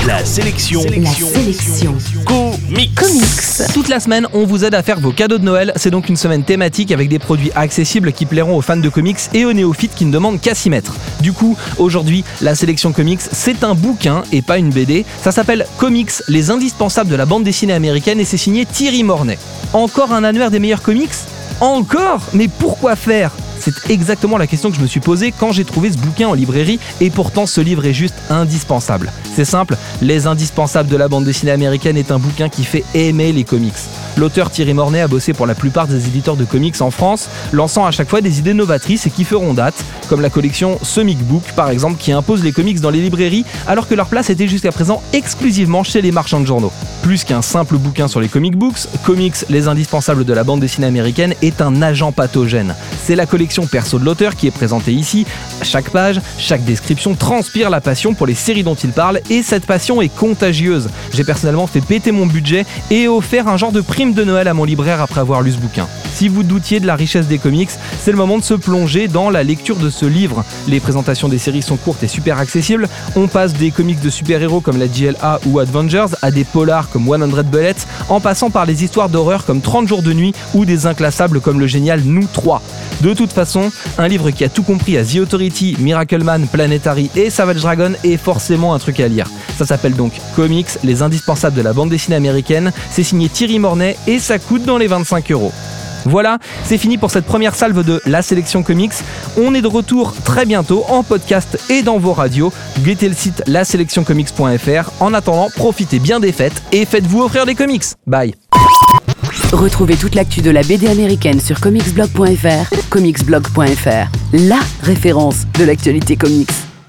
La sélection. Comics. Toute la semaine, on vous aide à faire vos cadeaux de Noël. C'est donc une semaine thématique avec des produits accessibles qui plairont aux fans de comics et aux néophytes qui ne demandent qu'à s'y mettre. Du coup, aujourd'hui, la sélection comics, c'est un bouquin et pas une BD. Ça s'appelle Comics, les indispensables de la bande dessinée américaine et c'est signé Thierry Mornay. Encore un annuaire des meilleurs comics ? Encore ? Mais pourquoi faire ? C'est exactement la question que je me suis posée quand j'ai trouvé ce bouquin en librairie et pourtant ce livre est juste indispensable. C'est simple, Les Indispensables de la bande dessinée américaine est un bouquin qui fait aimer les comics. L'auteur Thierry Mornay a bossé pour la plupart des éditeurs de comics en France, lançant à chaque fois des idées novatrices et qui feront date, comme la collection Comic Book par exemple, qui impose les comics dans les librairies alors que leur place était jusqu'à présent exclusivement chez les marchands de journaux. Plus qu'un simple bouquin sur les comic books, Comics, les indispensables de la bande dessinée américaine est un agent pathogène. C'est la collection perso de l'auteur qui est présentée ici. Chaque page, chaque description transpire la passion pour les séries dont il parle et cette passion est contagieuse. J'ai personnellement fait péter mon budget et offert un genre de prime de Noël à mon libraire après avoir lu ce bouquin. Si vous doutiez de la richesse des comics, c'est le moment de se plonger dans la lecture de ce livre. Les présentations des séries sont courtes et super accessibles. On passe des comics de super-héros comme la JLA ou Avengers à des polars comme 100 Bullets, en passant par les histoires d'horreur comme 30 jours de nuit ou des inclassables comme le génial Nous 3. De toute façon, un livre qui a tout compris à The Authority, Miracleman, Planetary et Savage Dragon est forcément un truc à lire. Ça s'appelle donc Comics, les indispensables de la bande dessinée américaine. C'est signé Thierry Mornay et ça coûte dans les 25 €. Voilà, c'est fini pour cette première salve de la sélection comics. On est de retour très bientôt en podcast et dans vos radios. Guettez le site laselectioncomics.fr. En attendant, profitez bien des fêtes et faites-vous offrir des comics. Bye. Retrouvez toute l'actu de la BD américaine sur comicsblog.fr. Comicsblog.fr, la référence de l'actualité comics.